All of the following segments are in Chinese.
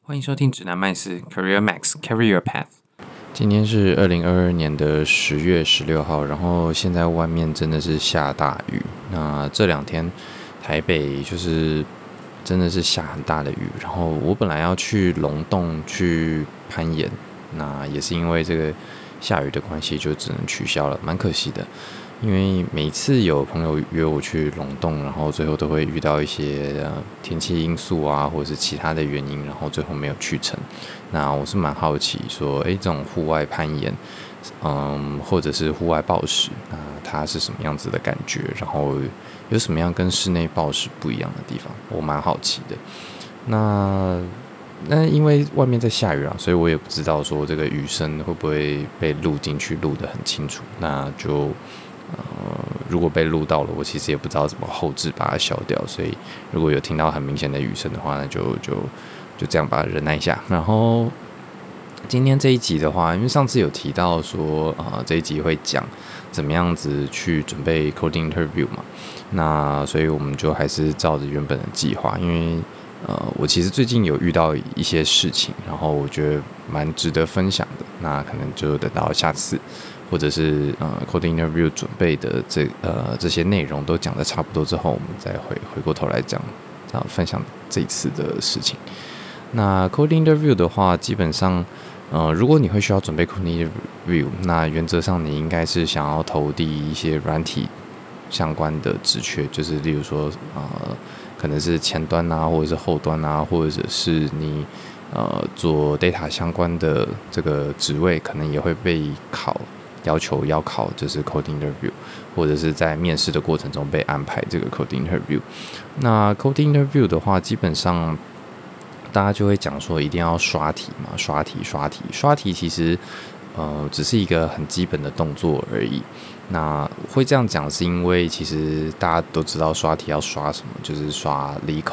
欢迎收听指南麦斯 Career Max Carry Your Path。 今天是2022年的10月16号，然后现在外面真的是下大雨。那这2天台北就是真的是下很大的雨，然后我本来要去龙洞去攀岩，那也是因为这个下雨的关系，就只能取消了，蛮可惜的。因为每次有朋友约我去龙洞，然后最后都会遇到一些天气因素啊，或者是其他的原因，然后最后没有去成。那我是蛮好奇说，这种户外攀岩，或者是户外抱石，那它是什么样子的感觉？然后有什么样跟室内抱石不一样的地方？我蛮好奇的。那因为外面在下雨啊，所以我也不知道说这个雨声会不会被录进去，录得很清楚。那就如果被录到了，我其实也不知道怎么后置把它消掉。所以如果有听到很明显的雨声的话，那就这样把它忍耐一下。然后今天这一集的话，因为上次有提到说这一集会讲怎么样子去准备 coding interview 嘛，那所以我们就还是照着原本的计划，因为我其实最近有遇到一些事情，然后我觉得蛮值得分享的，那可能就等到下次，或者是coding interview 准备的这些内容都讲得差不多之后，我们再回过头来讲，分享这一次的事情。那 coding interview 的话，基本上如果你会需要准备 coding interview， 那原则上你应该是想要投递一些软体相关的职缺，就是例如说可能是前端啊，或者是后端啊，或者是你做 data 相关的这个职位，可能也会被要求要考就是 coding interview， 或者是在面试的过程中被安排这个 coding interview。那 coding interview 的话，基本上大家就会讲说一定要刷题嘛，刷题其实只是一个很基本的动作而已。那会这样讲是因为其实大家都知道刷题要刷什么，就是刷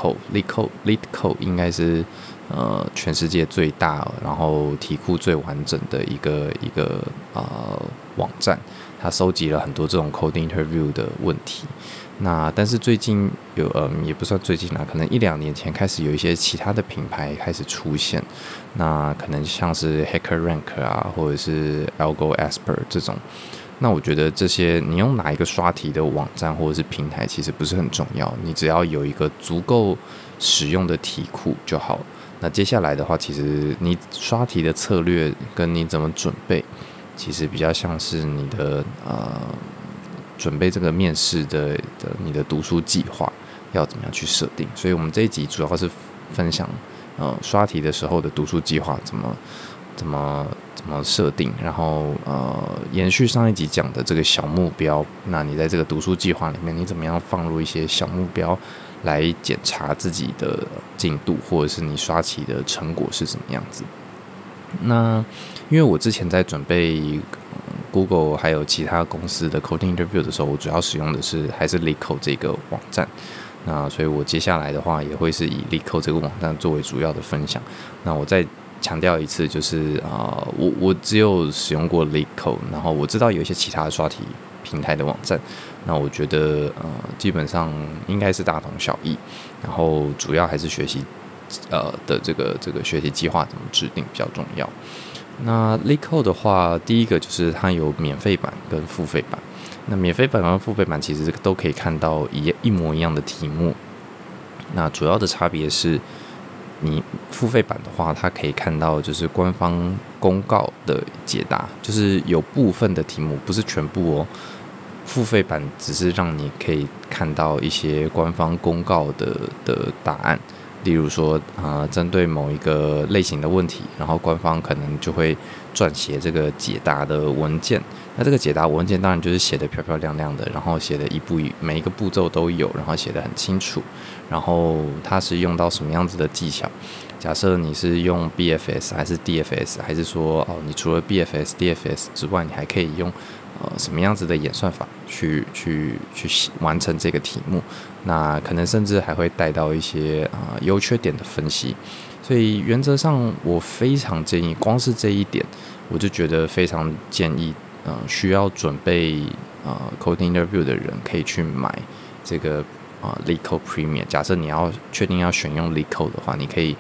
LeetCode 应该是全世界最大，然后题库最完整的一个网站，它收集了很多这种 coding interview 的问题。那但是最近也不算最近啦，可能1-2年前开始有一些其他的品牌开始出现，那可能像是 HackerRank 啊，或者是 AlgoExpert 这种。那我觉得这些你用哪一个刷题的网站或者是平台其实不是很重要，你只要有一个足够使用的题库就好。那接下来的话，其实你刷题的策略跟你怎么准备，其实比较像是你的准备这个面试的你的读书计划要怎么样去设定。所以我们这一集主要是分享刷题的时候的读书计划怎么设定，然后延续上一集讲的这个小目标，那你在这个读书计划里面，你怎么样放入一些小目标来检查自己的进度，或者是你刷题的成果是什么样子。那因为我之前在准备Google 还有其他公司的 coding interview 的时候，我主要使用的还是 LeetCode 这个网站。那所以我接下来的话也会是以 LeetCode 这个网站作为主要的分享。那我再强调一次，就是我只有使用过 LeetCode， 然后我知道有一些其他的刷题平台的网站，那我觉得基本上应该是大同小异，然后主要还是学习的这个学习计划怎么制定比较重要。那 LeetCode 的话，第一个就是它有免费版跟付费版。那免费版和付费版其实都可以看到一模一样的题目。那主要的差别是，你付费版的话，它可以看到就是官方公告的解答，就是有部分的题目，不是全部哦。付费版只是让你可以看到一些官方公告的答案。例如说针对某一个类型的问题，然后官方可能就会撰写这个解答的文件。那这个解答文件当然就是写得漂漂亮亮的，然后写的每一个步骤都有，然后写得很清楚，然后它是用到什么样子的技巧。假设你是用 BFS 还是 DFS， 还是说你除了 BFS、DFS 之外，你还可以用什么样子的演算法去完成这个题目。那可能甚至还会带到一些优缺点的分析。所以原则上我非常建议，光是这一点我就觉得非常建议需要准备coding interview 的人可以去买这个LeetCode Premium。假设你要确定要选用 LeetCode 的话，你可以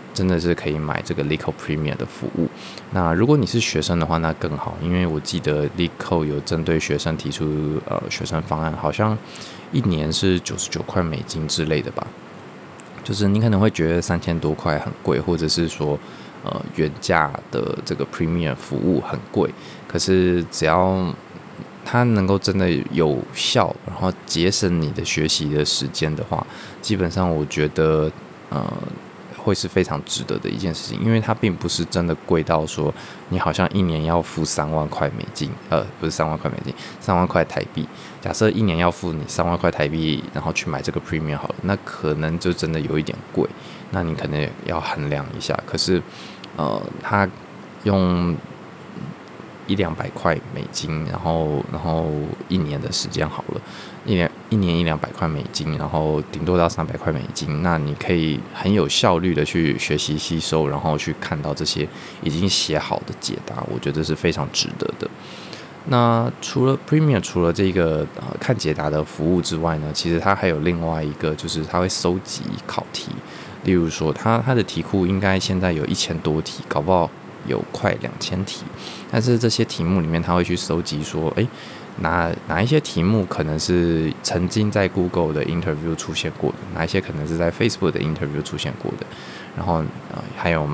真的是可以买这个 LeetCode Premier 的服务。那如果你是学生的话，那更好，因为我记得 LeetCode 有针对学生提出学生方案，好像一年是$99之类的吧。就是你可能会觉得3000多块很贵，或者是说原价的这个 Premier 服务很贵，可是只要它能够真的有效，然后节省你的学习的时间的话，基本上我觉得会是非常值得的一件事情，因为它并不是真的贵到说你好像一年要付3万块美金，不是3万块美金，3万块台币。假设一年要付你3万块台币，然后去买这个 Premium 好了，那可能就真的有一点贵，那你可能也要衡量一下。可是，它用100-200块美金，然后一年的时间好了，一年100-200块美金，然后顶多到300块美金，那你可以很有效率的去学习吸收，然后去看到这些已经写好的解答，我觉得是非常值得的。那除了 Premium 除了这个看解答的服务之外呢，其实它还有另外一个，就是它会收集考题，例如说它的题库应该现在有1000多题，搞不好有快2000题，但是这些题目里面它会去收集说，哪一些题目可能是曾经在 Google 的 interview 出现过的，哪一些可能是在 Facebook 的 interview 出现过的，然后还有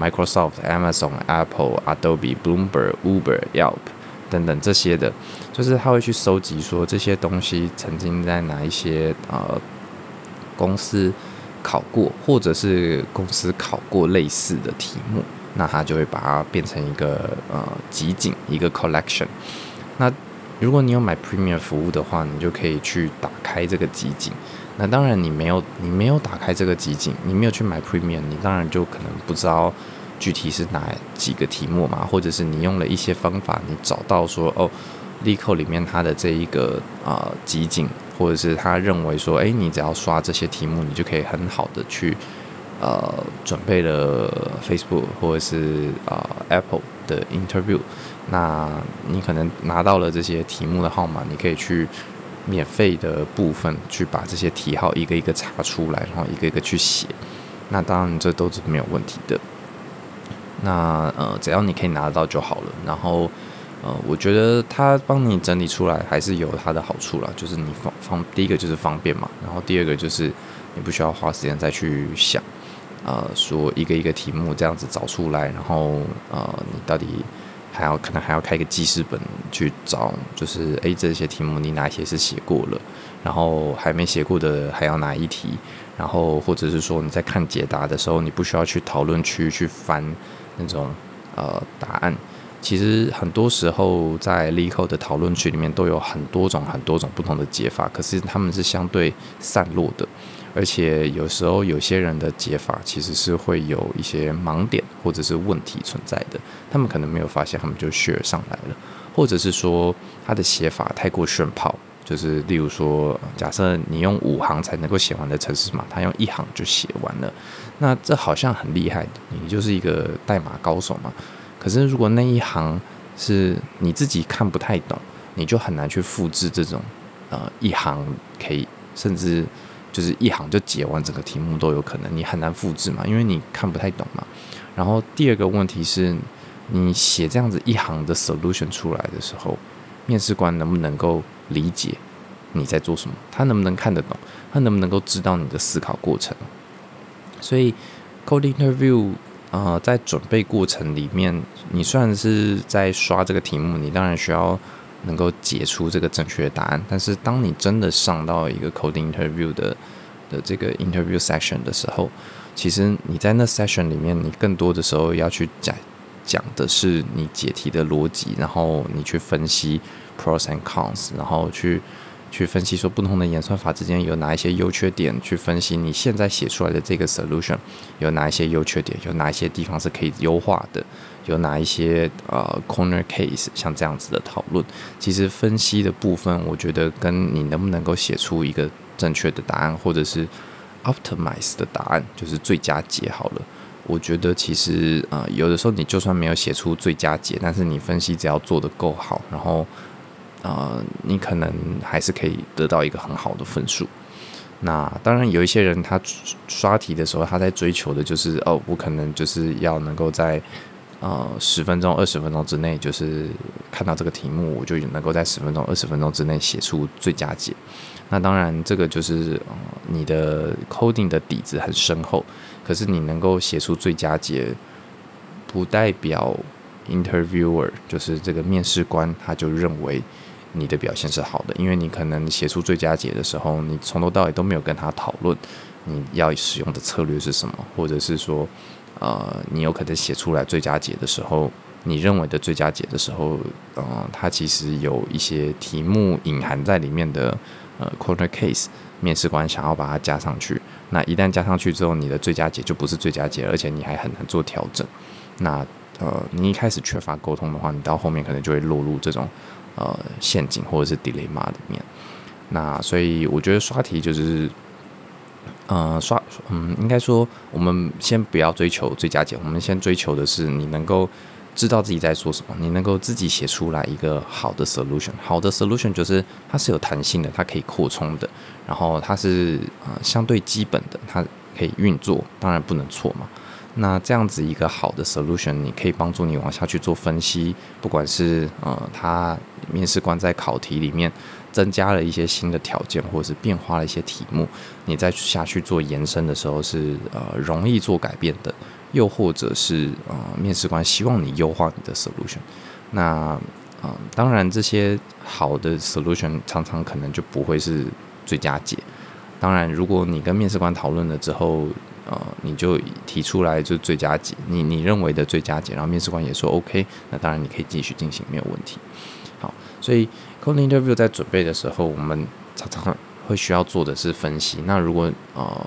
Microsoft、Amazon、Apple、Adobe、Bloomberg、Uber、Yelp 等等这些的，就是他会去收集说这些东西曾经在哪一些公司考过，或者是公司考过类似的题目，那他就会把它变成一个集锦，一个 collection。那如果你有买 Premium 服务的话，你就可以去打开这个集锦。那当然你没有打开这个集锦，你没有去买 Premium， 你当然就可能不知道具体是哪几个题目嘛，或者是你用了一些方法，你找到说LeetCode 里面它的这一个集锦，或者是他认为说，你只要刷这些题目，你就可以很好的去准备了 Facebook 或者是Apple 的 interview。那你可能拿到了这些题目的号码，你可以去免费的部分去把这些题号一个一个查出来，然后一个一个去写。那当然这都是没有问题的。那只要你可以拿得到就好了。然后我觉得它帮你整理出来还是有它的好处啦，就是你第一个就是方便嘛，然后第二个就是你不需要花时间再去想说一个一个题目这样子找出来，然后你到底可能还要开一个记事本去找，就是这些题目你哪些是写过了，然后还没写过的还要哪一题，然后或者是说你在看解答的时候，你不需要去讨论区去翻那种答案。其实很多时候在 LeetCode 的讨论区里面都有很多种不同的解法，可是他们是相对散落的，而且有时候有些人的解法其实是会有一些盲点或者是问题存在的，他们可能没有发现，他们就 share 上来了，或者是说他的写法太过炫炮，就是例如说假设你用5行才能够写完的程式码，他用1行就写完了，那这好像很厉害，你就是一个代码高手嘛。可是如果那一行是你自己看不太懂，你就很难去复制这种一行可以甚至就是一行就解完整个题目都有可能，你很难复制嘛，因为你看不太懂嘛。然后第二个问题是，你写这样子一行的 solution 出来的时候，面试官能不能够理解你在做什么？他能不能看得懂？他能不能够知道你的思考过程？所以 code interview在准备过程里面，你虽然是在刷这个题目，你当然需要能够解出这个正确的答案，但是当你真的上到一个 coding interview 的这个 interview session 的时候，其实你在那 session 里面，你更多的时候要去讲的是你解题的逻辑，然后你去分析 pros and cons， 然后去分析说不同的演算法之间有哪一些优缺点，去分析你现在写出来的这个 solution 有哪一些优缺点，有哪一些地方是可以优化的，有哪一些corner case， 像这样子的讨论。其实分析的部分，我觉得跟你能不能够写出一个正确的答案，或者是 optimize 的答案，就是最佳解好了。我觉得其实有的时候你就算没有写出最佳解，但是你分析只要做得够好，然后你可能还是可以得到一个很好的分数。 那当然有一些人他刷题的时候，他在追求的就是我可能就是要能够在10分钟、20分钟之内，就是看到这个题目，我就能够在10分钟、20分钟之内写出最佳解。那当然，这个就是你的 coding 的底子很深厚，可是你能够写出最佳解，不代表 interviewer 就是这个面试官他就认为你的表现是好的，因为你可能写出最佳解的时候，你从头到尾都没有跟他讨论你要使用的策略是什么，或者是说你有可能写出来最佳解的时候，你认为的最佳解的时候，它其实有一些题目隐含在里面的corner case， 面试官想要把它加上去。那一旦加上去之后，你的最佳解就不是最佳解，而且你还很难做调整。那你一开始缺乏沟通的话，你到后面可能就会落入这种陷阱或者是 dilemma 里面。那所以我觉得刷题就是应该说我们先不要追求最佳解，我们先追求的是你能够知道自己在说什么，你能够自己写出来一个好的 solution。好的 solution 就是它是有弹性的，它可以扩充的，然后它是相对基本的，它可以运作，当然不能错嘛。那这样子一个好的 solution， 你可以帮助你往下去做分析，不管是他面试官在考题里面增加了一些新的条件，或者是变化了一些题目，你再下去做延伸的时候是容易做改变的，又或者是面试官希望你优化你的 solution。那当然这些好的 solution 常常可能就不会是最佳解。当然，如果你跟面试官讨论了之后，你就提出来就最佳解，你认为的最佳解，然后面试官也说 OK， 那当然你可以继续进行，没有问题。好，所以 coding interview 在准备的时候，我们常常会需要做的是分析。那如果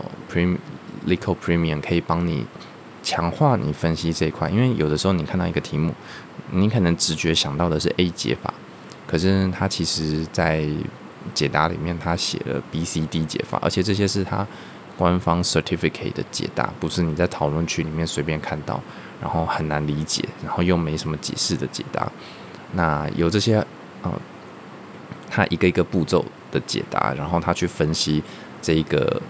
LeetCode Premium 可以帮你强化你分析这一块，因为有的时候你看到一个题目，你可能直觉想到的是 A 解法，可是它其实在解答里面他写了 B、C、D 解法，而且这些是他官方 certificate 的解答，不是你在讨论区里面随便看到，然后很难理解，然后又没什么解释的解答。那有这些他一个一个步骤的解答，然后他去分析这一个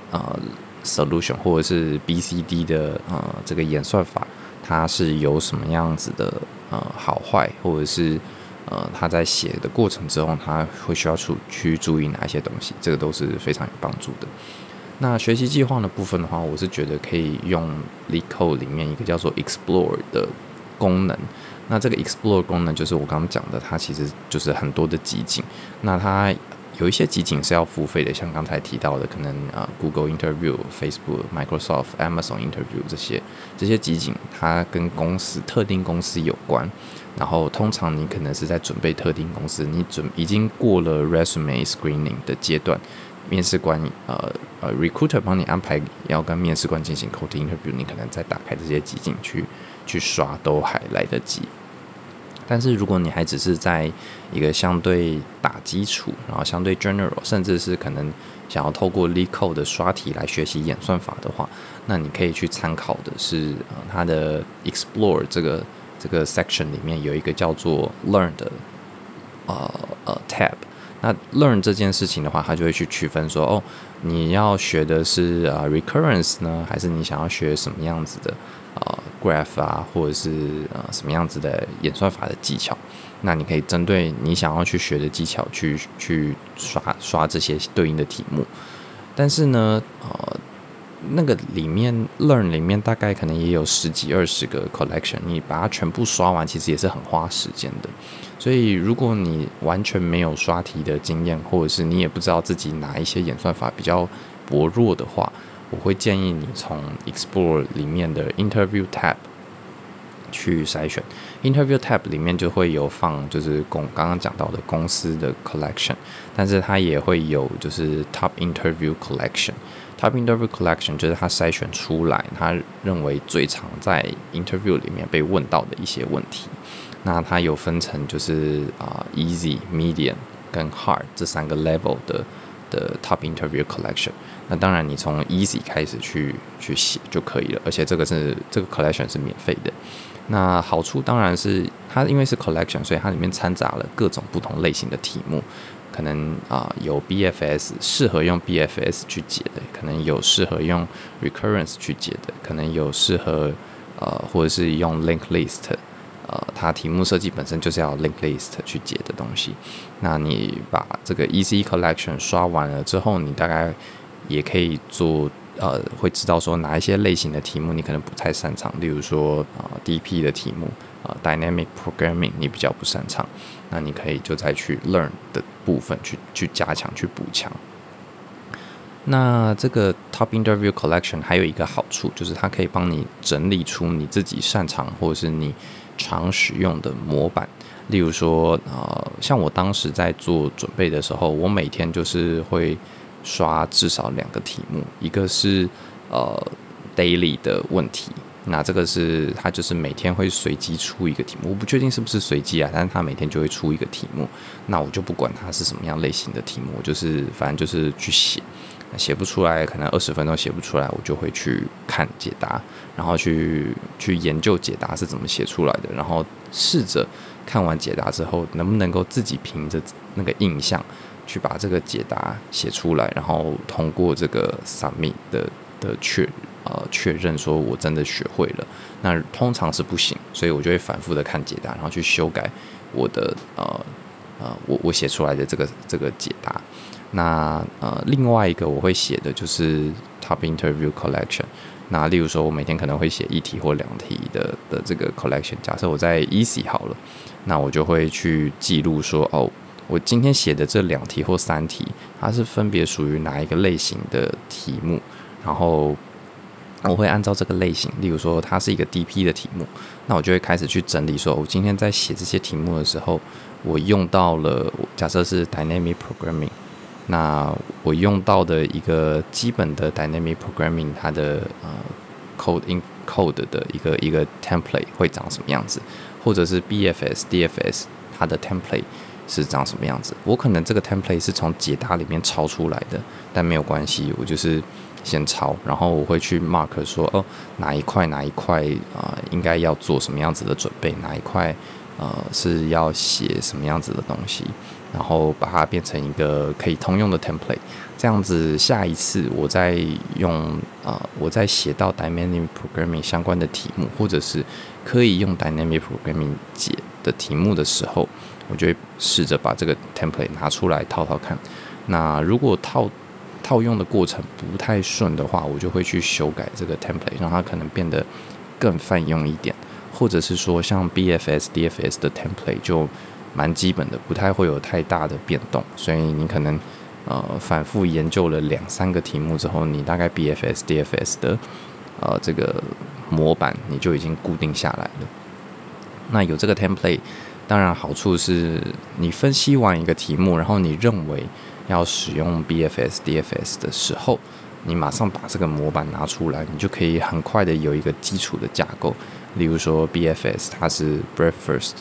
solution 或者是 B、C、D 的这个演算法，它是有什么样子的好坏，或者是他在写的过程之后，他会需要去注意哪一些东西，这个都是非常有帮助的。那学习计划的部分的话，我是觉得可以用 LeetCode 里面一个叫做 Explore 的功能。那这个 Explore 功能就是我刚刚讲的，它其实就是很多的集锦。那它有一些集锦是要付费的，像刚才提到的，可能Google Interview、Facebook、Microsoft、Amazon Interview 这些集锦，它跟特定公司有关。然后通常你可能是在准备特定公司，你已经过了 resume screening 的阶段。面试官recruiter 帮你安排要跟面试官进行 coding interview， 你可能再打开这些集锦去刷都还来得及。但是如果你还只是在一个相对打基础，然后相对 general， 甚至是可能想要透过 LeetCode 的刷题来学习演算法的话，那你可以去参考的是它的 Explore 这个 section 里面有一个叫做 Learn 的tab。那 learn 这件事情的话，它就会去区分说，你要学的是recurrence 呢，还是你想要学什么样子的graph 啊，或者是什么样子的演算法的技巧？那你可以针对你想要去学的技巧去刷这些对应的题目。但是呢，那个里面 learn 里面大概可能也有10几20个 collection， 你把它全部刷完，其实也是很花时间的。所以如果你完全没有刷题的经验，或者是你也不知道自己哪一些演算法比较薄弱的话，我会建议你从 Explore 里面的 Interview tab 去筛选。Interview tab 里面就会有放就是刚刚讲到的公司的 collection， 但是它也会有就是 Top Interview Collection。Top Interview Collection 就是他筛选出来他认为最常在 Interview 里面被问到的一些问题。那它有分成就是Easy、Medium 跟 Hard 这3个 level 的 Top Interview Collection。那当然你从 Easy 开始去写就可以了，而且这个 Collection 是免费的。那好处当然是它因为是 Collection， 所以它里面掺杂了各种不同类型的题目。可可能有 BFS 适合用 BFS 去解的，可能有适合用 recurrence 去解的，可能有适合或者是用 link list，它题目设计本身就是要 link list 去解的东西。那你把这个 ECE collection 刷完了之后，你大概也可以做会知道说哪一些类型的题目你可能不太擅长，例如说DP 的题目dynamic programming 你比较不擅长，那你可以就再去 learn 的部分去加强去补强。那这个 Top Interview Collection 还有一个好处，就是它可以帮你整理出你自己擅长或者是你常使用的模板。例如说像我当时在做准备的时候，我每天就是会刷至少2个题目，一个是daily 的问题，那这个是它就是每天会随机出一个题目，我不确定是不是随机啊，但是它每天就会出一个题目，那我就不管它是什么样类型的题目，我就是反正就是去写，写不出来可能20分钟写不出来，我就会去看解答，然后去研究解答是怎么写出来的，然后试着看完解答之后能不能够自己凭着那个印象去把这个解答写出来，然后通过这个 submit 的确认说我真的学会了。那通常是不行，所以我就会反复的看解答，然后去修改我的我写出来的这个解答。那另外一个我会写的就是 Top Interview Collection。那例如说我每天可能会写1题或2题的这个 collection。假设我在 EC 好了，那我就会去记录说我今天写的这2题或3题，它是分别属于哪一个类型的题目，然后我会按照这个类型，例如说它是一个 DP 的题目，那我就会开始去整理说，我今天在写这些题目的时候，我用到了假设是 dynamic programming， 那我用到的一个基本的 dynamic programming 它的code 的一个 template 会长什么样子，或者是 BFS、DFS 它的 template是长什么样子。我可能这个 template 是从解答里面抄出来的，但没有关系，我就是先抄，然后我会去 mark 说哪一块应该要做什么样子的准备，哪一块是要写什么样子的东西，然后把它变成一个可以通用的 template。这样子下一次我在写到 dynamic programming 相关的题目，或者是可以用 dynamic programming 解的题目的时候，我就会试着把这个 template 拿出来套看。那如果套用的过程不太顺的话，我就会去修改这个 template， 让它可能变得更泛用一点，或者是说像 BFS、DFS 的 template 就蛮基本的，不太会有太大的变动，所以你可能反复研究了2-3个题目之后，你大概 BFS、DFS 的这个模板你就已经固定下来了。那有这个 template， 当然好处是你分析完一个题目，然后你认为要使用 BFS、DFS 的时候，你马上把这个模板拿出来，你就可以很快的有一个基础的架构。例如说 BFS 它是 breadth first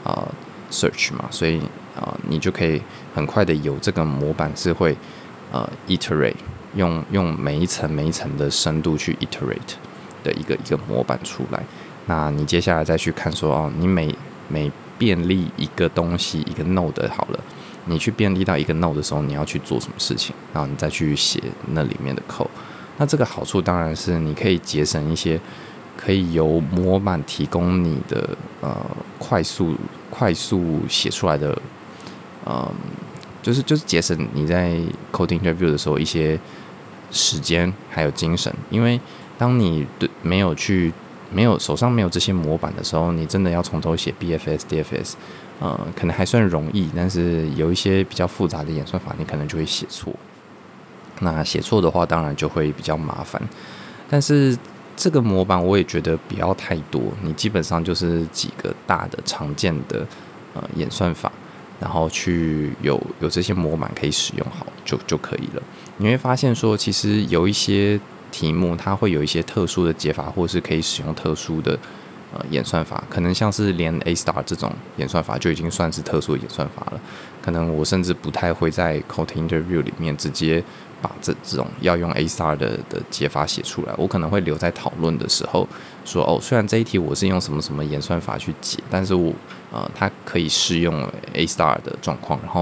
search 嘛，所以你就可以很快的有这个模板是会iterate， 用每一层的深度去 iterate 的一个模板出来。那你接下来再去看说你每便利一个东西一个 node 好了，你去便利到一个 node 的时候，你要去做什么事情，然后你再去写那里面的 code。那这个好处当然是你可以节省一些可以由模板提供你的快速写出来的就是节省你在 coding interview 的时候一些时间还有精神，因为当你手上没有这些模板的时候，你真的要从头写 BFS、DFS， 可能还算容易，但是有一些比较复杂的演算法，你可能就会写错。那写错的话，当然就会比较麻烦。但是这个模板我也觉得不要太多，你基本上就是几个大的常见的演算法，然后去有这些模板可以使用好就可以了。你会发现说，其实有一些题目它会有一些特殊的解法，或是可以使用特殊的演算法，可能像是连 A star 这种演算法就已经算是特殊的演算法了。可能我甚至不太会在 coding interview 里面直接把这种要用 A star 的解法写出来，我可能会留在讨论的时候说虽然这一题我是用什么什么演算法去解，但是它可以适用 A star 的状况，然后可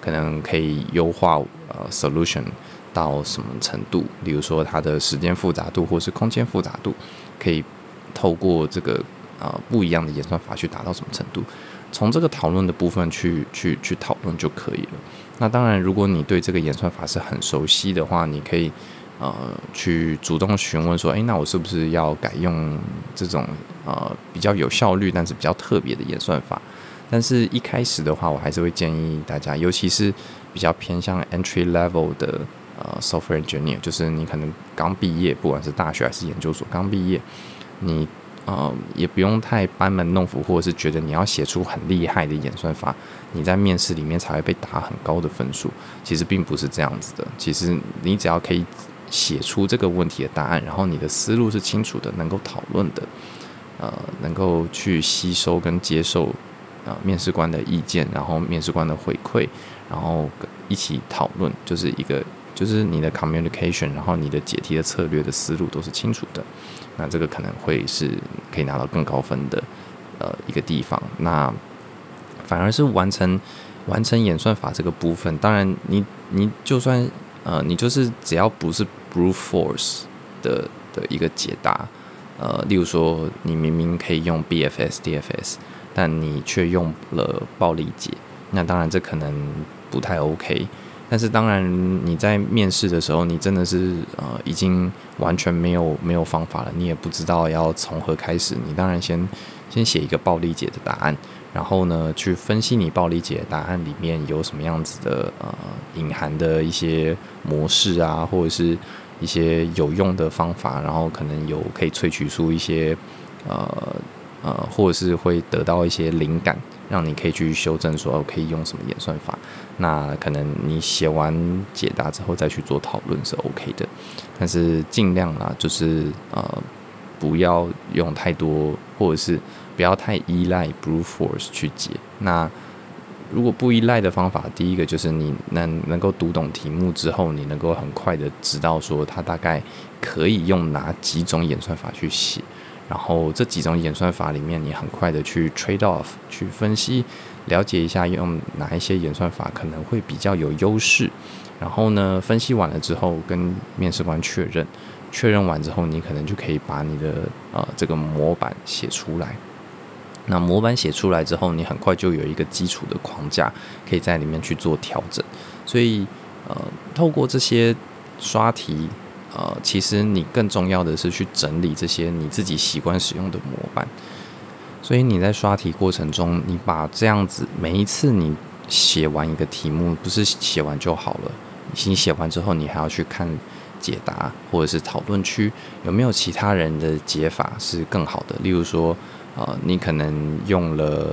可能可以优化solution 到什么程度，例如说它的时间复杂度或是空间复杂度，可以透过这个不一样的演算法去达到什么程度，从这个讨论的部分去讨论就可以了。那当然，如果你对这个演算法是很熟悉的话，你可以去主动询问说，那我是不是要改用这种比较有效率但是比较特别的演算法？但是一开始的话，我还是会建议大家，尤其是比较偏向 entry level 的software engineer， 就是你可能刚毕业，不管是大学还是研究所刚毕业，你也不用太班门弄斧，或者是觉得你要写出很厉害的演算法，你在面试里面才会被打很高的分数。其实并不是这样子的，其实你只要可以写出这个问题的答案，然后你的思路是清楚的，能够讨论的，能够去吸收跟接受面试官的意见，然后面试官的回馈，然后一起讨论，就是你的 communication， 然后你的解题的策略的思路都是清楚的，那这个可能会是可以拿到更高分的一个地方。那反而是完成演算法这个部分，当然你就算你就是只要不是 brute force 的一个解答，例如说你明明可以用 BFS、DFS， 但你却用了暴力解，那当然这可能不太 OK。但是当然你在面试的时候，你真的是已经完全没有方法了，你也不知道要从何开始，你当然先写一个暴力解的答案，然后呢去分析你暴力解的答案里面有什么样子的隐含的一些模式啊，或者是一些有用的方法，然后可能可以萃取出一些或者是会得到一些灵感，让你可以去修正说可以用什么演算法。那可能你写完解答之后再去做讨论是 OK 的，但是尽量啦，就是不要用太多，或者是不要太依赖 brute force 去解。那如果不依赖的方法，第一个就是你能够读懂题目之后，你能够很快的知道说它大概可以用哪几种演算法去写，然后这几种演算法里面，你很快的去 trade off， 去分析，了解一下用哪一些演算法可能会比较有优势。然后呢，分析完了之后跟面试官确认完之后，你可能就可以把你的这个模板写出来。那模板写出来之后，你很快就有一个基础的框架，可以在里面去做调整。所以透过这些刷题，其实你更重要的是去整理这些你自己习惯使用的模板。所以你在刷题过程中，你把这样子每一次你写完一个题目，不是写完就好了，你写完之后，你还要去看解答或者是讨论区有没有其他人的解法是更好的。例如说你可能用了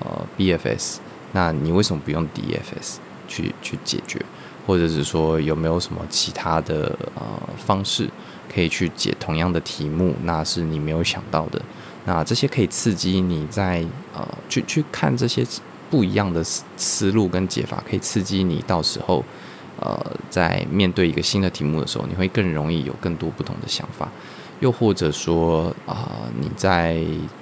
BFS， 那你为什么不用 DFS 去解决？或者是说有没有什么其他的方式可以去解同样的题目，那是你没有想到的。那这些可以刺激你在去看这些不一样的思路跟解法，可以刺激你到时候在面对一个新的题目的时候，你会更容易有更多不同的想法。又或者说你在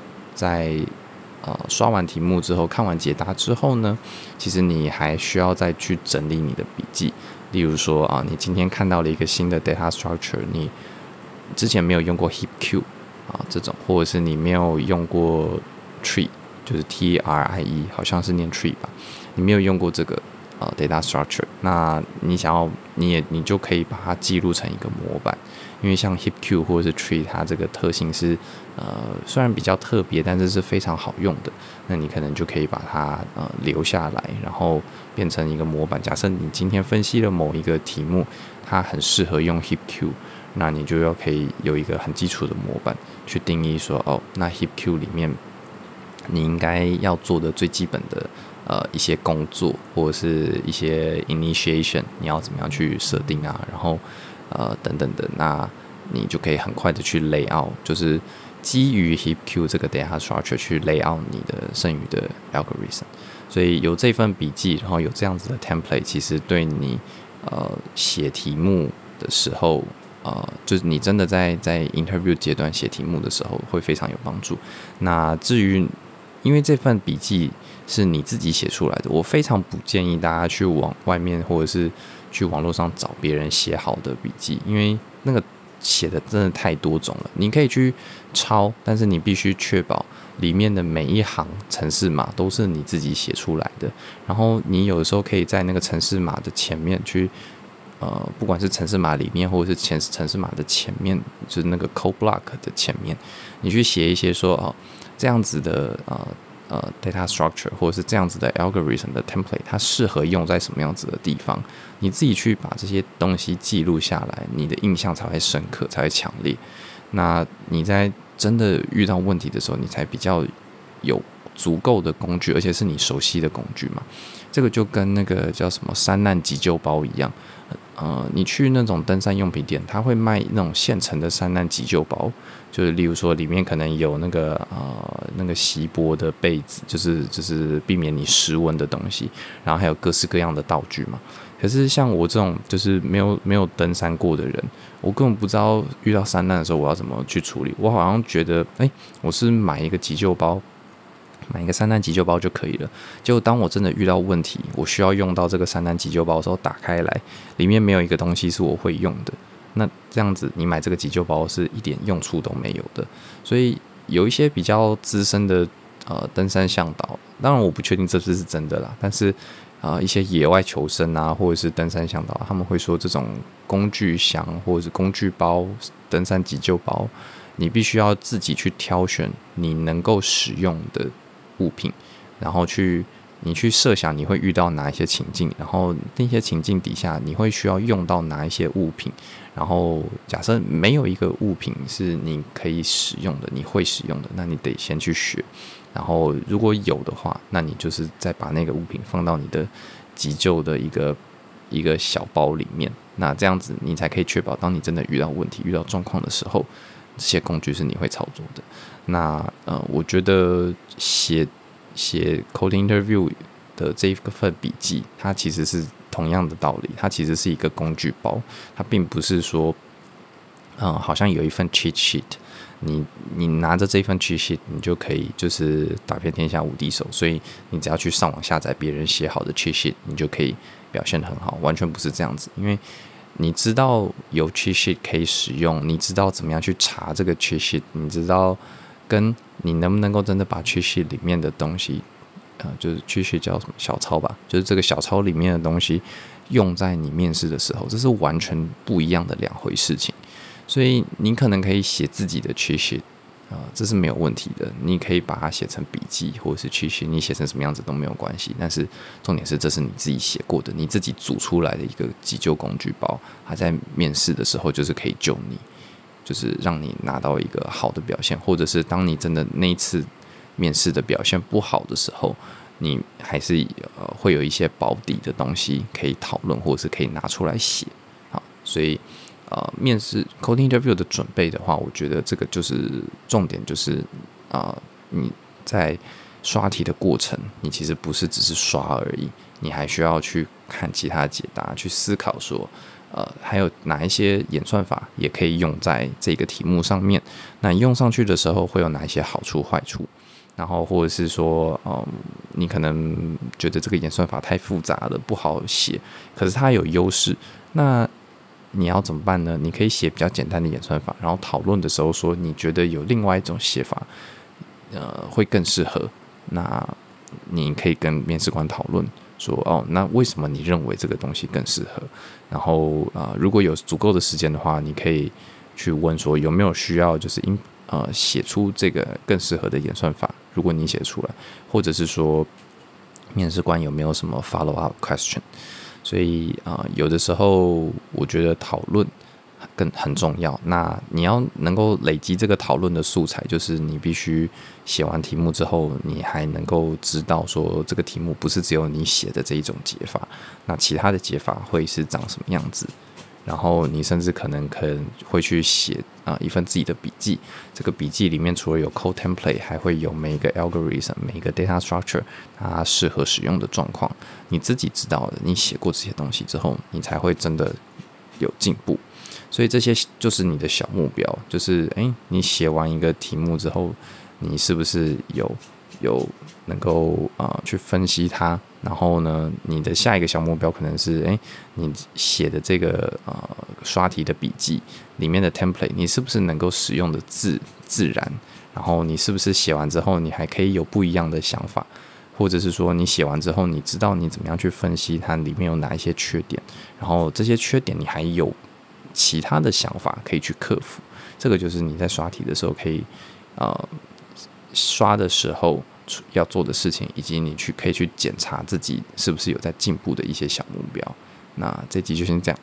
刷完题目之后，看完解答之后呢，其实你还需要再去整理你的笔记。例如说你今天看到了一个新的 data structure， 你之前没有用过 HipQ 这种，或者是你没有用过 tree， 就是 TRIE， 好像是念 tree 吧，你没有用过这个data structure， 那你就可以把它记录成一个模板。因为像 HipQ 或者是 Tree， 它这个特性是虽然比较特别，但是是非常好用的。那你可能就可以把它留下来，然后变成一个模板。假设你今天分析了某一个题目，它很适合用 HipQ， 那你就可以有一个很基础的模板去定义说，那 HipQ 里面你应该要做的最基本的一些工作，或者是一些 initiation， 你要怎么样去设定啊，然后等等的，那你就可以很快的去 lay out， 就是基于 HipQ 这个 data structure 去 lay out 你的剩余的 algorithm。所以有这份笔记，然后有这样子的 template， 其实对你写题目的时候，就是你真的在 interview 阶段写题目的时候会非常有帮助。那至于因为这份笔记是你自己写出来的，我非常不建议大家去往外面或者是去网络上找别人写好的笔记，因为那个写的真的太多种了。你可以去抄，但是你必须确保里面的每一行程式码都是你自己写出来的。然后你有的时候可以在那个程式码的前面去，不管是程式码里面或者是程式码的前面，就是那个 code block 的前面，你去写一些说这样子的data structure 或者是这样子的 algorithm 的 template， 它适合用在什么样子的地方，你自己去把这些东西记录下来，你的印象才会深刻，才会强烈。那你在真的遇到问题的时候，你才比较有足够的工具，而且是你熟悉的工具嘛。这个就跟那个叫什么山难急救包一样，你去那种登山用品店，他会卖那种现成的山难急救包，就是例如说里面可能有那个锡箔的被子，就是避免你失温的东西，然后还有各式各样的道具嘛。可是像我这种就是没有登山过的人，我根本不知道遇到山难的时候我要怎么去处理。我好像觉得，我是买一个急救包，买一个山难急救包就可以了。结果当我真的遇到问题，我需要用到这个山难急救包的时候，打开来，里面没有一个东西是我会用的。那这样子，你买这个急救包是一点用处都没有的。所以有一些比较资深的登山向导，当然我不确定这是真的啦，但是一些野外求生啊，或者是登山向导，他们会说这种工具箱或者是工具包、登山急救包，你必须要自己去挑选你能够使用的物品，然后你去设想你会遇到哪一些情境，然后那些情境底下你会需要用到哪一些物品，然后假设没有一个物品是你可以使用的，你会使用的，那你得先去学。然后如果有的话，那你就是再把那个物品放到你的急救的一个小包里面，那这样子你才可以确保当你真的遇到问题、遇到状况的时候，这些工具是你会操作的。那我觉得写 coding interview 的这一份笔记，它其实是同样的道理，它其实是一个工具包，它并不是说好像有一份 cheat sheet， 你拿着这份 cheat sheet， 你就可以就是打遍天下无敌手，所以你只要去上网下载别人写好的 cheat sheet， 你就可以表现得很好，完全不是这样子。因为你知道有 cheat sheet 可以使用，你知道怎么样去查这个 cheat sheet， 你知道跟你能不能够真的把 cheat sheet 里面的东西，就是 cheat sheet 叫什么小抄吧，就是这个小抄里面的东西用在你面试的时候，这是完全不一样的两回事情。所以你可能可以写自己的 cheat sheet，这是没有问题的。你可以把它写成笔记或者是cheat sheet，你写成什么样子都没有关系。但是重点是，这是你自己写过的，你自己组出来的一个急救工具包，它在面试的时候就是可以救你，就是让你拿到一个好的表现，或者是当你真的那一次面试的表现不好的时候，你还是会有一些保底的东西可以讨论，或者是可以拿出来写。好，所以面试 coding interview 的准备的话，我觉得这个就是重点，就是你在刷题的过程，你其实不是只是刷而已，你还需要去看其他解答，去思考说还有哪一些演算法也可以用在这个题目上面，那你用上去的时候会有哪一些好处坏处，然后或者是说你可能觉得这个演算法太复杂了不好写，可是它有优势，那你要怎么办呢？你可以写比较简单的演算法，然后讨论的时候说你觉得有另外一种写法会更适合，那你可以跟面试官讨论说那为什么你认为这个东西更适合？然后如果有足够的时间的话，你可以去问说有没有需要就是写出这个更适合的演算法，如果你写出来，或者是说面试官有没有什么 follow up question。所以有的时候我觉得讨论很重要。那你要能够累积这个讨论的素材，就是你必须写完题目之后，你还能够知道说这个题目不是只有你写的这一种解法，那其他的解法会是长什么样子。然后你甚至可能会去写一份自己的笔记，这个笔记里面除了有 code template， 还会有每一个 algorithm， 每一个 data structure 它适合使用的状况，你自己知道的，你写过这些东西之后，你才会真的有进步。所以这些就是你的小目标，就是你写完一个题目之后，你是不是有能够去分析它，然后呢，你的下一个小目标可能是，你写的这个刷题的笔记里面的 template， 你是不是能够使用的自然？然后你是不是写完之后，你还可以有不一样的想法？或者是说你写完之后，你知道你怎么样去分析它里面有哪一些缺点，然后这些缺点你还有其他的想法可以去克服。这个就是你在刷题的时候可以刷的时候要做的事情，以及你可以去检查自己是不是有在进步的一些小目标。那这集就先这样。